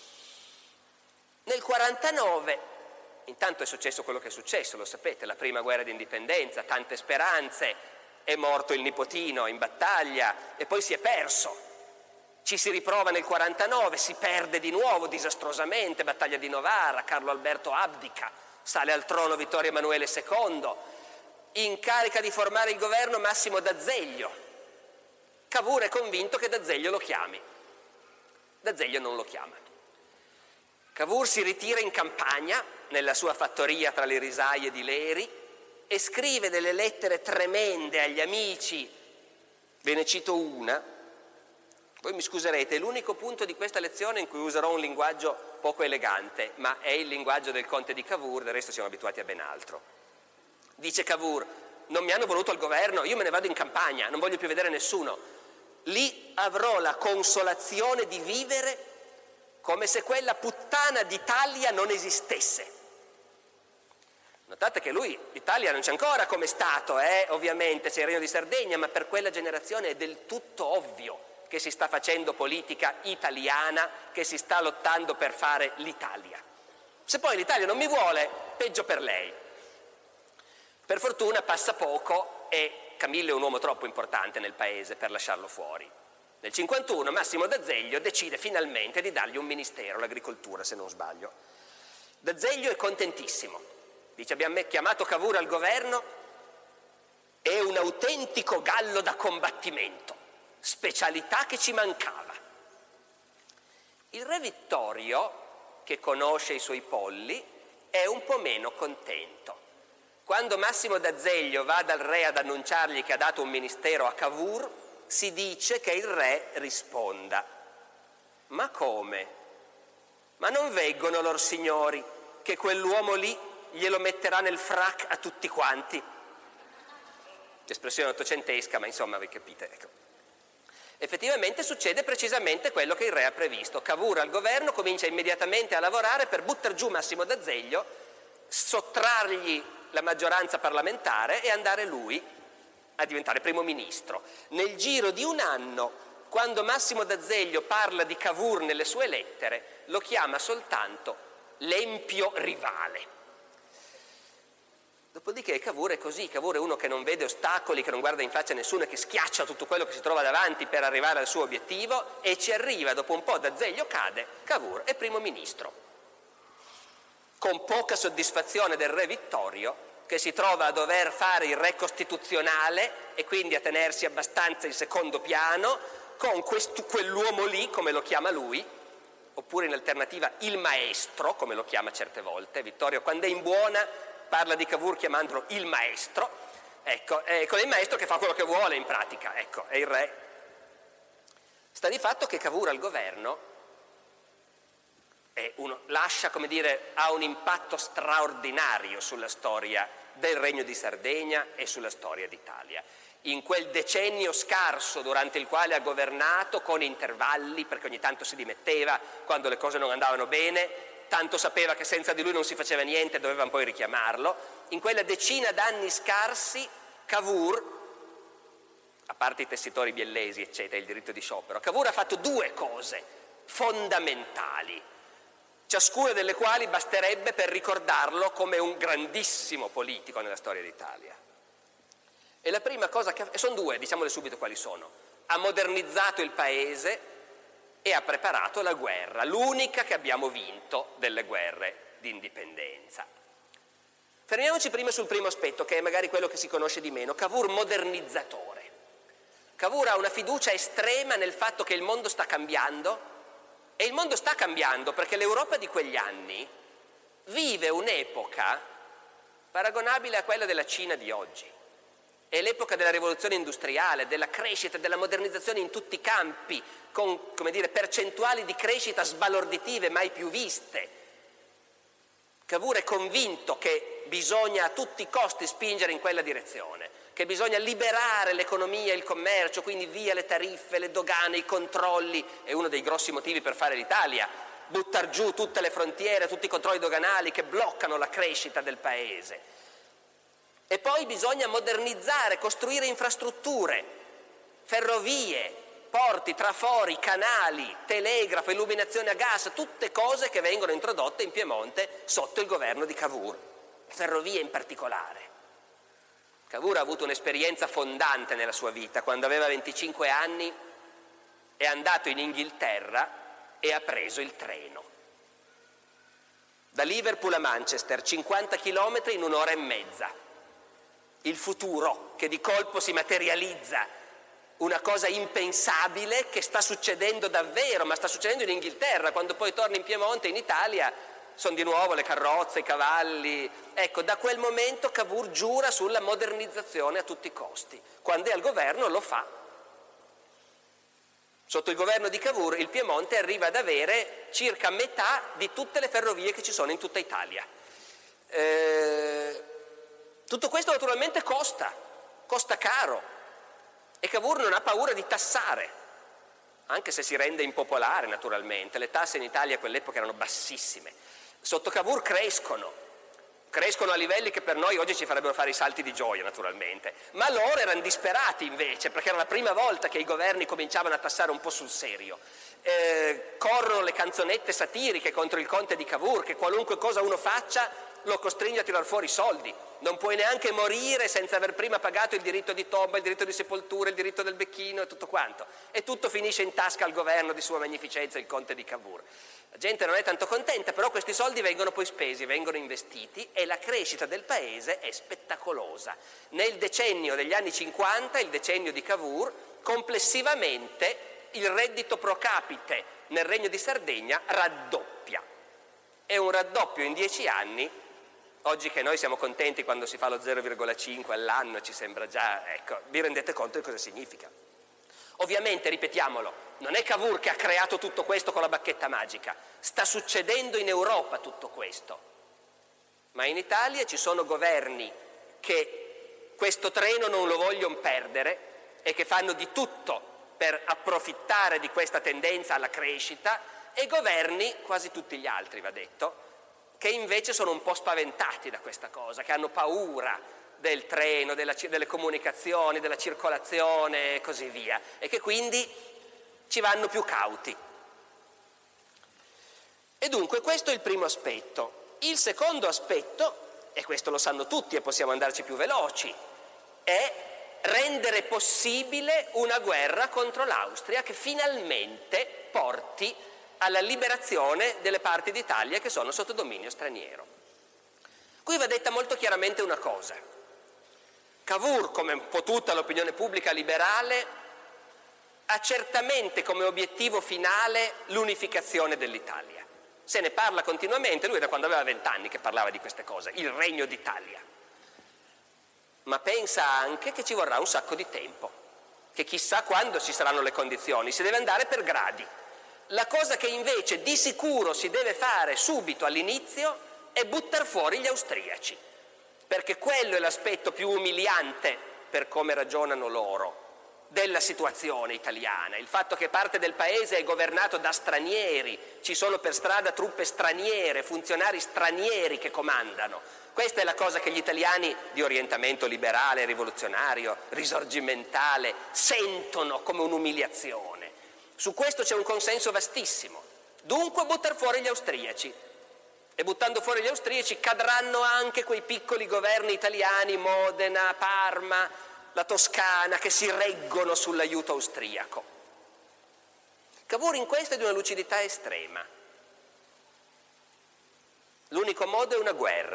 Nel 49, intanto è successo quello che è successo, lo sapete, la prima guerra d'indipendenza, tante speranze, è morto il nipotino in battaglia e poi si è perso. Ci si riprova nel 49, si perde di nuovo disastrosamente, battaglia di Novara, Carlo Alberto abdica, sale al trono Vittorio Emanuele II, incarica di formare il governo Massimo D'Azeglio. Cavour è convinto che D'Azeglio lo chiami. D'Azeglio non lo chiama. Cavour si ritira in campagna, nella sua fattoria tra le risaie di Leri, e scrive delle lettere tremende agli amici. Ve ne cito una. Voi mi scuserete, è l'unico punto di questa lezione in cui userò un linguaggio poco elegante, ma è il linguaggio del conte di Cavour, del resto siamo abituati a ben altro. Dice Cavour: non mi hanno voluto al governo, io me ne vado in campagna, non voglio più vedere nessuno. Lì avrò la consolazione di vivere come se quella puttana d'Italia non esistesse. Notate che lui, l'Italia non c'è ancora come Stato, ovviamente c'è il Regno di Sardegna, ma per quella generazione è del tutto ovvio che si sta facendo politica italiana, che si sta lottando per fare l'Italia. Se poi l'Italia non mi vuole, peggio per lei. Per fortuna passa poco e Camillo è un uomo troppo importante nel paese per lasciarlo fuori. Nel 51 Massimo D'Azeglio decide finalmente di dargli un ministero, l'agricoltura se non sbaglio. D'Azeglio è contentissimo, dice: abbiamo chiamato Cavour al governo, è un autentico gallo da combattimento, specialità che ci mancava. Il re Vittorio, che conosce i suoi polli, è un po' meno contento. Quando Massimo D'Azeglio va dal re ad annunciargli che ha dato un ministero a Cavour, si dice che il re risponda: ma come? Ma non veggono lor signori che quell'uomo lì glielo metterà nel frac a tutti quanti? Espressione ottocentesca, ma insomma voi capite, ecco. Effettivamente succede precisamente quello che il re ha previsto. Cavour al governo comincia immediatamente a lavorare per buttar giù Massimo D'Azeglio, sottrargli la maggioranza parlamentare e andare lui a diventare primo ministro. Nel giro di un anno, quando Massimo D'Azeglio parla di Cavour nelle sue lettere, lo chiama soltanto l'empio rivale. Dopodiché Cavour è così, Cavour è uno che non vede ostacoli, che non guarda in faccia a nessuno e che schiaccia tutto quello che si trova davanti per arrivare al suo obiettivo, e ci arriva. Dopo un po' D'Azeglio cade, Cavour è primo ministro. Con poca soddisfazione del re Vittorio, che si trova a dover fare il re costituzionale e quindi a tenersi abbastanza in secondo piano, con quell'uomo lì, come lo chiama lui, oppure in alternativa il maestro, come lo chiama certe volte. Vittorio, quando è in buona, parla di Cavour chiamandolo il maestro, ecco, con il maestro che fa quello che vuole in pratica, ecco, è il re. Sta di fatto che Cavour al governo lascia, come dire, ha un impatto straordinario sulla storia del Regno di Sardegna e sulla storia d'Italia. In quel decennio scarso durante il quale ha governato, con intervalli, perché ogni tanto si dimetteva quando le cose non andavano bene, tanto sapeva che senza di lui non si faceva niente, dovevano poi richiamarlo. In quella decina d'anni scarsi, Cavour, a parte i tessitori biellesi, eccetera, il diritto di sciopero, Cavour ha fatto due cose fondamentali, ciascuna delle quali basterebbe per ricordarlo come un grandissimo politico nella storia d'Italia. E la prima cosa che sono due, diciamole subito quali sono: ha modernizzato il paese e ha preparato la guerra, l'unica che abbiamo vinto delle guerre di indipendenza. Fermiamoci prima sul primo aspetto, che è magari quello che si conosce di meno. Cavour modernizzatore. Cavour ha una fiducia estrema nel fatto che il mondo sta cambiando, e il mondo sta cambiando perché l'Europa di quegli anni vive un'epoca paragonabile a quella della Cina di oggi. È l'epoca della rivoluzione industriale, della crescita, della modernizzazione in tutti i campi, con, come dire, percentuali di crescita sbalorditive mai più viste. Cavour è convinto che bisogna a tutti i costi spingere in quella direzione, che bisogna liberare l'economia e il commercio, quindi via le tariffe, le dogane, i controlli. È uno dei grossi motivi per fare l'Italia, buttar giù tutte le frontiere, tutti i controlli doganali che bloccano la crescita del paese. E poi bisogna modernizzare, costruire infrastrutture, ferrovie, porti, trafori, canali, telegrafo, illuminazione a gas, tutte cose che vengono introdotte in Piemonte sotto il governo di Cavour, ferrovie in particolare. Cavour ha avuto un'esperienza fondante nella sua vita. Quando aveva 25 anni è andato in Inghilterra e ha preso il treno. Da Liverpool a Manchester, 50 chilometri in 1 ora e mezza. Il futuro che di colpo si materializza, una cosa impensabile che sta succedendo davvero, ma sta succedendo in Inghilterra. Quando poi torna in Piemonte, in Italia, sono di nuovo le carrozze, i cavalli. Ecco, da quel momento Cavour giura sulla modernizzazione a tutti i costi. Quando è al governo lo fa. Sotto il governo di Cavour il Piemonte arriva ad avere circa metà di tutte le ferrovie che ci sono in tutta Italia. Tutto questo naturalmente costa caro, e Cavour non ha paura di tassare, anche se si rende impopolare naturalmente. Le tasse in Italia a quell'epoca erano bassissime. Sotto Cavour crescono a livelli che per noi oggi ci farebbero fare i salti di gioia naturalmente, ma loro erano disperati invece, perché era la prima volta che i governi cominciavano a tassare un po' sul serio. Corrono le canzonette satiriche contro il conte di Cavour, che qualunque cosa uno faccia lo costringe a tirar fuori i soldi. Non puoi neanche morire senza aver prima pagato il diritto di tomba, il diritto di sepoltura, il diritto del becchino e tutto quanto. E tutto finisce in tasca al governo di Sua Magnificenza, il conte di Cavour. La gente non è tanto contenta, però questi soldi vengono poi spesi, vengono investiti, e la crescita del paese è spettacolosa. Nel decennio degli anni 50, il decennio di Cavour, complessivamente il reddito pro capite nel Regno di Sardegna raddoppia. È un raddoppio in 10 anni. Oggi che noi siamo contenti quando si fa lo 0,5 all'anno, ci sembra già, ecco, vi rendete conto di cosa significa. Ovviamente, ripetiamolo, non è Cavour che ha creato tutto questo con la bacchetta magica, sta succedendo in Europa tutto questo. Ma in Italia ci sono governi che questo treno non lo vogliono perdere e che fanno di tutto per approfittare di questa tendenza alla crescita, e governi, quasi tutti gli altri va detto, che invece sono un po' spaventati da questa cosa, che hanno paura del treno, delle comunicazioni, della circolazione e così via, e che quindi ci vanno più cauti. E dunque questo è il primo aspetto. Il secondo aspetto, e questo lo sanno tutti e possiamo andarci più veloci, è rendere possibile una guerra contro l'Austria che finalmente porti alla liberazione delle parti d'Italia che sono sotto dominio straniero. Qui va detta molto chiaramente una cosa. Cavour, come un po' tutta l'opinione pubblica liberale, ha certamente come obiettivo finale l'unificazione dell'Italia. Se ne parla continuamente, lui da quando aveva 20 anni che parlava di queste cose, il Regno d'Italia. Ma pensa anche che ci vorrà un sacco di tempo, che chissà quando ci saranno le condizioni, si deve andare per gradi. La cosa che invece di sicuro si deve fare subito all'inizio è buttar fuori gli austriaci, perché quello è l'aspetto più umiliante, per come ragionano loro, della situazione italiana. Il fatto che parte del paese è governato da stranieri, ci sono per strada truppe straniere, funzionari stranieri che comandano. Questa è la cosa che gli italiani di orientamento liberale, rivoluzionario, risorgimentale sentono come un'umiliazione. Su questo c'è un consenso vastissimo. Dunque buttar fuori gli austriaci. E buttando fuori gli austriaci cadranno anche quei piccoli governi italiani, Modena, Parma, la Toscana, che si reggono sull'aiuto austriaco. Cavour in questo è di una lucidità estrema. L'unico modo è una guerra.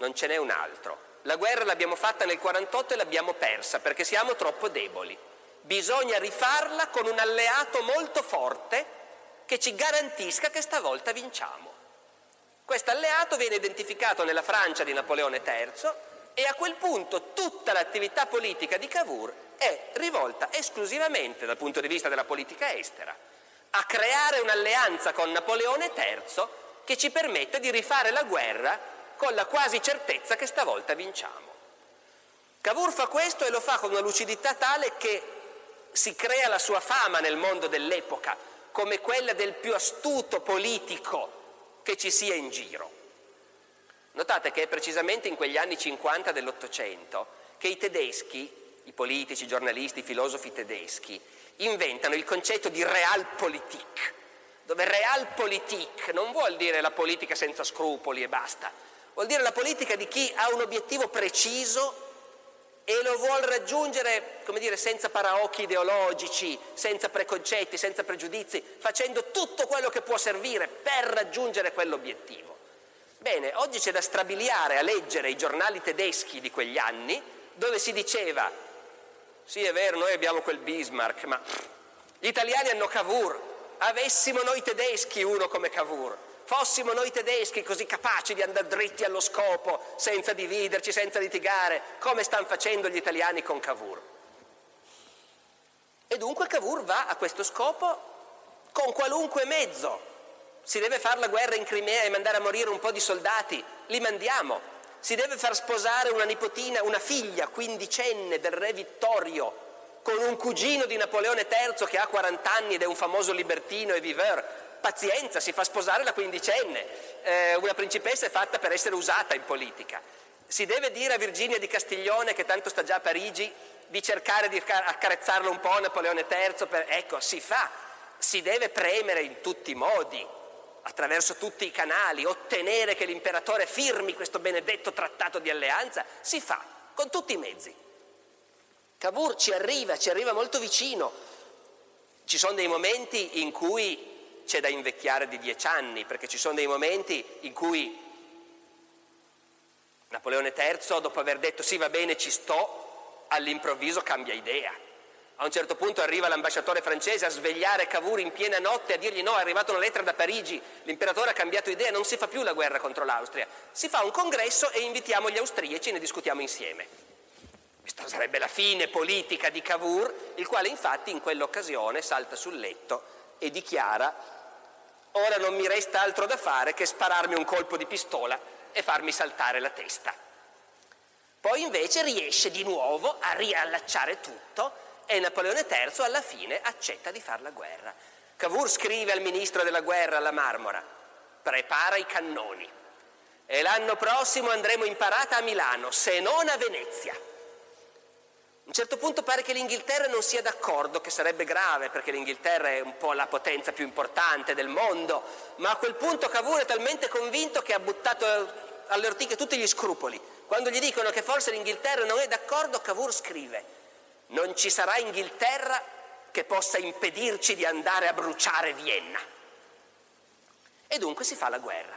non ce n'è un altro. La guerra l'abbiamo fatta nel 48 e l'abbiamo persa perché siamo troppo deboli. Bisogna rifarla con un alleato molto forte che ci garantisca che stavolta vinciamo. Questo alleato viene identificato nella Francia di Napoleone III e a quel punto tutta l'attività politica di Cavour è rivolta esclusivamente dal punto di vista della politica estera a creare un'alleanza con Napoleone III che ci permette di rifare la guerra con la quasi certezza che stavolta vinciamo. Cavour fa questo e lo fa con una lucidità tale che si crea la sua fama nel mondo dell'epoca come quella del più astuto politico che ci sia in giro. Notate che è precisamente in quegli anni 50 dell'Ottocento che i tedeschi, i politici, i giornalisti, i filosofi tedeschi, inventano il concetto di Realpolitik, dove Realpolitik non vuol dire la politica senza scrupoli e basta, vuol dire la politica di chi ha un obiettivo preciso e lo vuol raggiungere, come dire, senza paraocchi ideologici, senza preconcetti, senza pregiudizi, facendo tutto quello che può servire per raggiungere quell'obiettivo. Bene, oggi c'è da strabiliare a leggere i giornali tedeschi di quegli anni, dove si diceva, sì è vero, noi abbiamo quel Bismarck, ma gli italiani hanno Cavour, avessimo noi tedeschi uno come Cavour, fossimo noi tedeschi così capaci di andare dritti allo scopo, senza dividerci, senza litigare, come stanno facendo gli italiani con Cavour. E dunque Cavour va a questo scopo con qualunque mezzo. Si deve fare la guerra in Crimea e mandare a morire un po' di soldati, li mandiamo. Si deve far sposare una nipotina, una figlia quindicenne del re Vittorio con un cugino di Napoleone III che ha 40 anni ed è un famoso libertino e viveur. Pazienza, si fa sposare la quindicenne, una principessa è fatta per essere usata in politica. Si deve dire a Virginia di Castiglione, che tanto sta già a Parigi, di cercare di accarezzarlo un po' Napoleone III, ecco, si fa, si deve premere in tutti i modi, attraverso tutti i canali, ottenere che l'imperatore firmi questo benedetto trattato di alleanza, si fa, con tutti i mezzi. Cavour ci arriva molto vicino. Ci sono dei momenti in cui c'è da invecchiare di 10 anni, perché ci sono dei momenti in cui Napoleone III, dopo aver detto sì va bene ci sto, all'improvviso cambia idea. A un certo punto arriva l'ambasciatore francese a svegliare Cavour in piena notte, a dirgli no, è arrivata una lettera da Parigi, l'imperatore ha cambiato idea, non si fa più la guerra contro l'Austria, si fa un congresso e invitiamo gli austriaci e ne discutiamo insieme. Questa sarebbe la fine politica di Cavour, il quale infatti in quell'occasione salta sul letto e dichiara: ora non mi resta altro da fare che spararmi un colpo di pistola e farmi saltare la testa. Poi invece riesce di nuovo a riallacciare tutto e Napoleone III alla fine accetta di fare la guerra. Cavour scrive al ministro della guerra alla Marmora: prepara i cannoni e l'anno prossimo andremo in parata a Milano, se non a Venezia. A un certo punto pare che l'Inghilterra non sia d'accordo, che sarebbe grave perché l'Inghilterra è un po' la potenza più importante del mondo, ma a quel punto Cavour è talmente convinto che ha buttato alle ortiche tutti gli scrupoli. Quando gli dicono che forse l'Inghilterra non è d'accordo, Cavour scrive: non ci sarà Inghilterra che possa impedirci di andare a bruciare Vienna. E dunque si fa la guerra.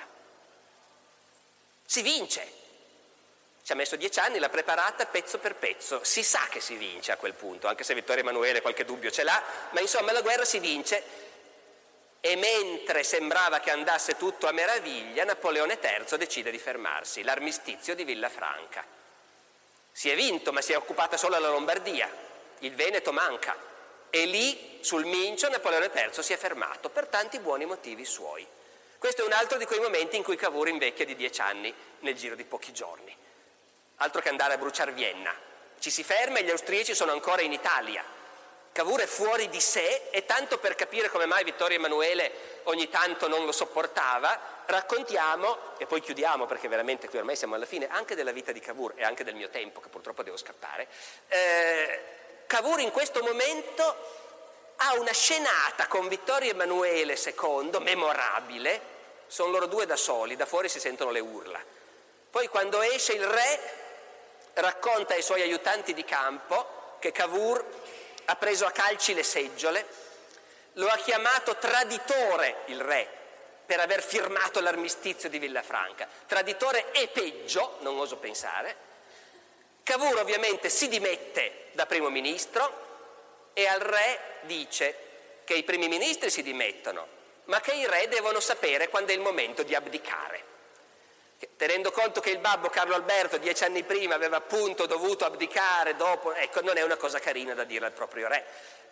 Si vince. Ci ha messo 10 anni, l'ha preparata pezzo per pezzo. Si sa che si vince a quel punto, anche se Vittorio Emanuele qualche dubbio ce l'ha, ma insomma la guerra si vince. E mentre sembrava che andasse tutto a meraviglia, Napoleone III decide di fermarsi, l'armistizio di Villafranca. Si è vinto, ma si è occupata solo la Lombardia, il Veneto manca. E lì, sul Mincio, Napoleone III si è fermato, per tanti buoni motivi suoi. Questo è un altro di quei momenti in cui Cavour invecchia di 10 anni nel giro di pochi giorni. Altro che andare a bruciare Vienna. Ci si ferma e gli austriaci sono ancora in Italia. Cavour è fuori di sé e tanto per capire come mai Vittorio Emanuele ogni tanto non lo sopportava, raccontiamo, e poi chiudiamo perché veramente qui ormai siamo alla fine, anche della vita di Cavour e anche del mio tempo che purtroppo devo scappare. Cavour in questo momento ha una scenata con Vittorio Emanuele II memorabile, sono loro due da soli, da fuori si sentono le urla. Poi quando esce il re racconta ai suoi aiutanti di campo che Cavour ha preso a calci le seggiole, lo ha chiamato traditore il re per aver firmato l'armistizio di Villafranca. Traditore e peggio, non oso pensare. Cavour ovviamente si dimette da primo ministro e al re dice che i primi ministri si dimettono, ma che i re devono sapere quando è il momento di abdicare. Tenendo conto che il babbo Carlo Alberto 10 anni prima aveva appunto dovuto abdicare dopo, ecco, non è una cosa carina da dire al proprio re.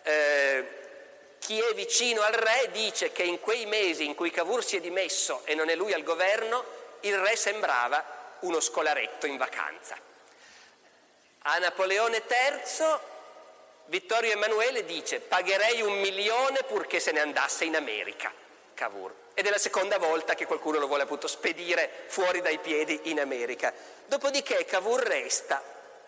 Chi è vicino al re dice che in quei mesi in cui Cavour si è dimesso e non è lui al governo, il re sembrava uno scolaretto in vacanza. A Napoleone III Vittorio Emanuele dice: pagherei 1 milione purché se ne andasse in America, Cavour. Ed è la seconda volta che qualcuno lo vuole appunto spedire fuori dai piedi in America. Dopodiché Cavour resta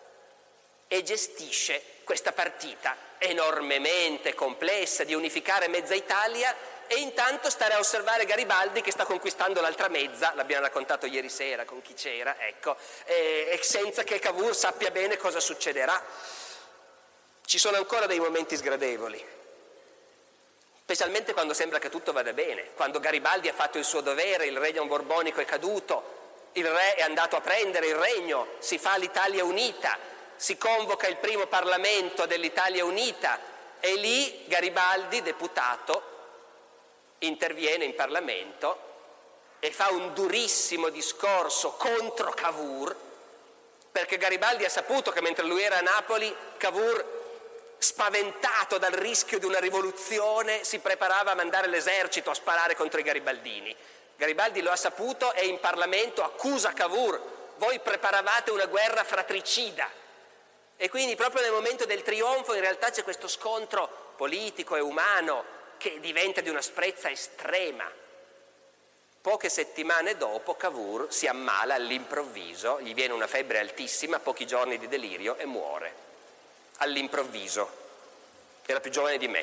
e gestisce questa partita enormemente complessa di unificare mezza Italia e intanto stare a osservare Garibaldi che sta conquistando l'altra mezza, l'abbiamo raccontato ieri sera con chi c'era, ecco, e senza che Cavour sappia bene cosa succederà. Ci sono ancora dei momenti sgradevoli, specialmente quando sembra che tutto vada bene, quando Garibaldi ha fatto il suo dovere, il regno borbonico è caduto, il re è andato a prendere il regno, si fa l'Italia unita, si convoca il primo Parlamento dell'Italia unita e lì Garibaldi, deputato, interviene in Parlamento e fa un durissimo discorso contro Cavour, perché Garibaldi ha saputo che mentre lui era a Napoli, Cavour, spaventato dal rischio di una rivoluzione, si preparava a mandare l'esercito a sparare contro i garibaldini. Garibaldi lo ha saputo e in Parlamento accusa Cavour: voi preparavate una guerra fratricida. E quindi proprio nel momento del trionfo in realtà c'è questo scontro politico e umano che diventa di un'asprezza estrema. Poche settimane dopo Cavour si ammala all'improvviso, gli viene una febbre altissima, pochi giorni di delirio e muore. All'improvviso. Era più giovane di me,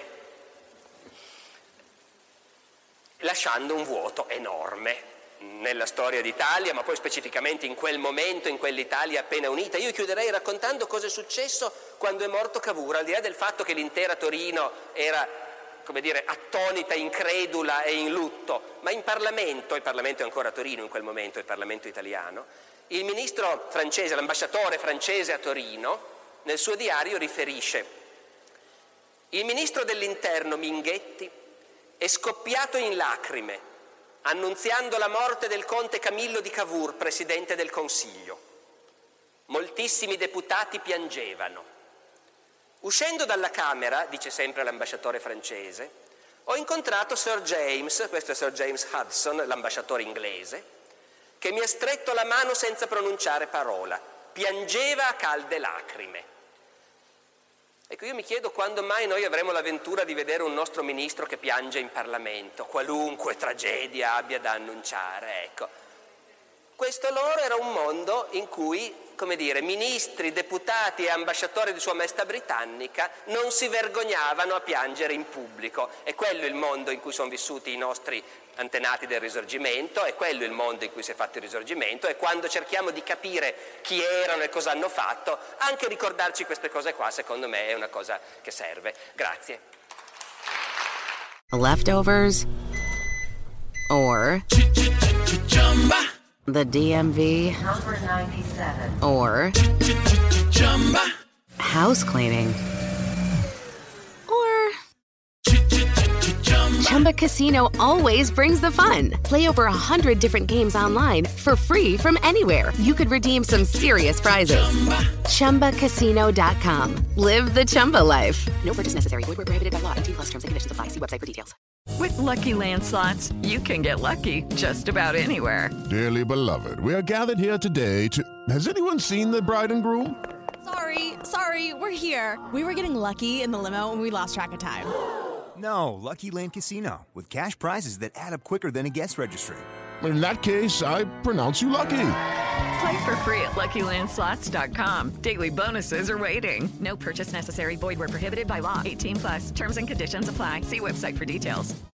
lasciando un vuoto enorme nella storia d'Italia, ma poi specificamente in quel momento, in quell'Italia appena unita. Io chiuderei raccontando cosa è successo quando è morto Cavour, al di là del fatto che l'intera Torino era, come dire, attonita, incredula e in lutto, ma in Parlamento, il Parlamento è ancora a Torino in quel momento, il Parlamento italiano, il ministro francese, l'ambasciatore francese a Torino, nel suo diario riferisce: il ministro dell'interno Minghetti è scoppiato in lacrime annunziando la morte del conte Camillo di Cavour, presidente del Consiglio. Moltissimi deputati piangevano. Uscendo dalla Camera, dice sempre l'ambasciatore francese, ho incontrato Sir James, questo è Sir James Hudson, l'ambasciatore inglese, che mi ha stretto la mano senza pronunciare parola. Piangeva a calde lacrime. Ecco, io mi chiedo quando mai noi avremo l'avventura di vedere un nostro ministro che piange in Parlamento, qualunque tragedia abbia da annunciare, ecco. Questo loro era un mondo in cui, come dire, ministri, deputati e ambasciatori di Sua Maestà Britannica non si vergognavano a piangere in pubblico. È quello il mondo in cui sono vissuti i nostri antenati del Risorgimento, è quello il mondo in cui si è fatto il Risorgimento, e quando cerchiamo di capire chi erano e cosa hanno fatto, anche ricordarci queste cose qua, secondo me, è una cosa che serve. Grazie. Leftovers or the DMV or house cleaning or Chumba Casino always brings the fun. Play over 100 different games online for free from anywhere. You could redeem some serious prizes. ChumbaCasino.com. Live the Chumba life. No purchase necessary. Void where prohibited by law. 18+ terms and conditions apply. See website for details. With Lucky Land Slots, you can get lucky just about anywhere. Dearly beloved, we are gathered here today to... Has anyone seen the bride and groom? Sorry, we're here. We were getting lucky in the limo and we lost track of time. No, Lucky Land Casino, with cash prizes that add up quicker than a guest registry. In that case, I pronounce you lucky. Play for free at LuckyLandSlots.com. Daily bonuses are waiting. No purchase necessary. Void where prohibited by law. 18+. Terms and conditions apply. See website for details.